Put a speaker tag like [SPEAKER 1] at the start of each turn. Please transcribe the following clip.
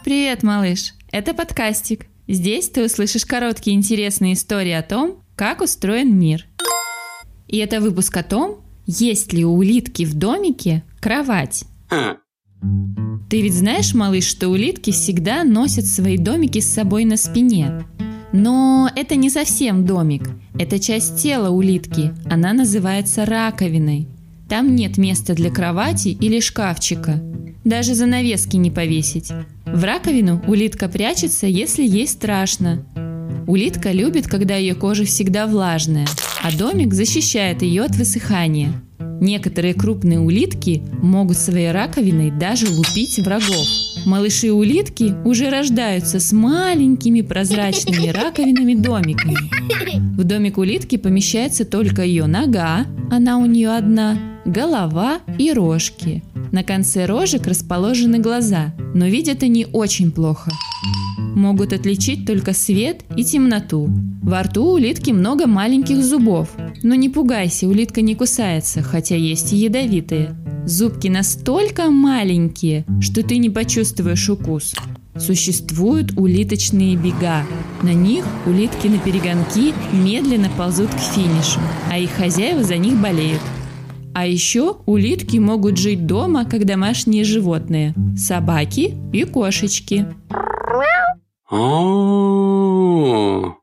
[SPEAKER 1] Привет, малыш! Это подкастик. Здесь ты услышишь короткие интересные истории о том, как устроен мир. И это выпуск о том, есть ли у улитки в домике кровать. Ты ведь знаешь, малыш, что улитки всегда носят свои домики с собой на спине. Но это не совсем домик. Это часть тела улитки. Она называется раковиной. Там нет места для кровати или шкафчика. Даже занавески не повесить. В раковину улитка прячется, если ей страшно. Улитка любит, когда ее кожа всегда влажная, а домик защищает ее от высыхания. Некоторые крупные улитки могут своей раковиной даже лупить врагов. Малыши-улитки уже рождаются с маленькими прозрачными раковинами-домиками. В домик улитки помещается только ее нога, она у нее одна, голова и рожки. На конце рожек расположены глаза, но видят они очень плохо. Могут отличить только свет и темноту. Во рту у улитки много маленьких зубов. Но не пугайся, улитка не кусается, хотя есть и ядовитые. Зубки настолько маленькие, что ты не почувствуешь укус. Существуют улиточные бега. На них улитки наперегонки медленно ползут к финишу, а их хозяева за них болеют. А еще улитки могут жить дома, как домашние животные – собаки и кошечки.
[SPEAKER 2] Oh.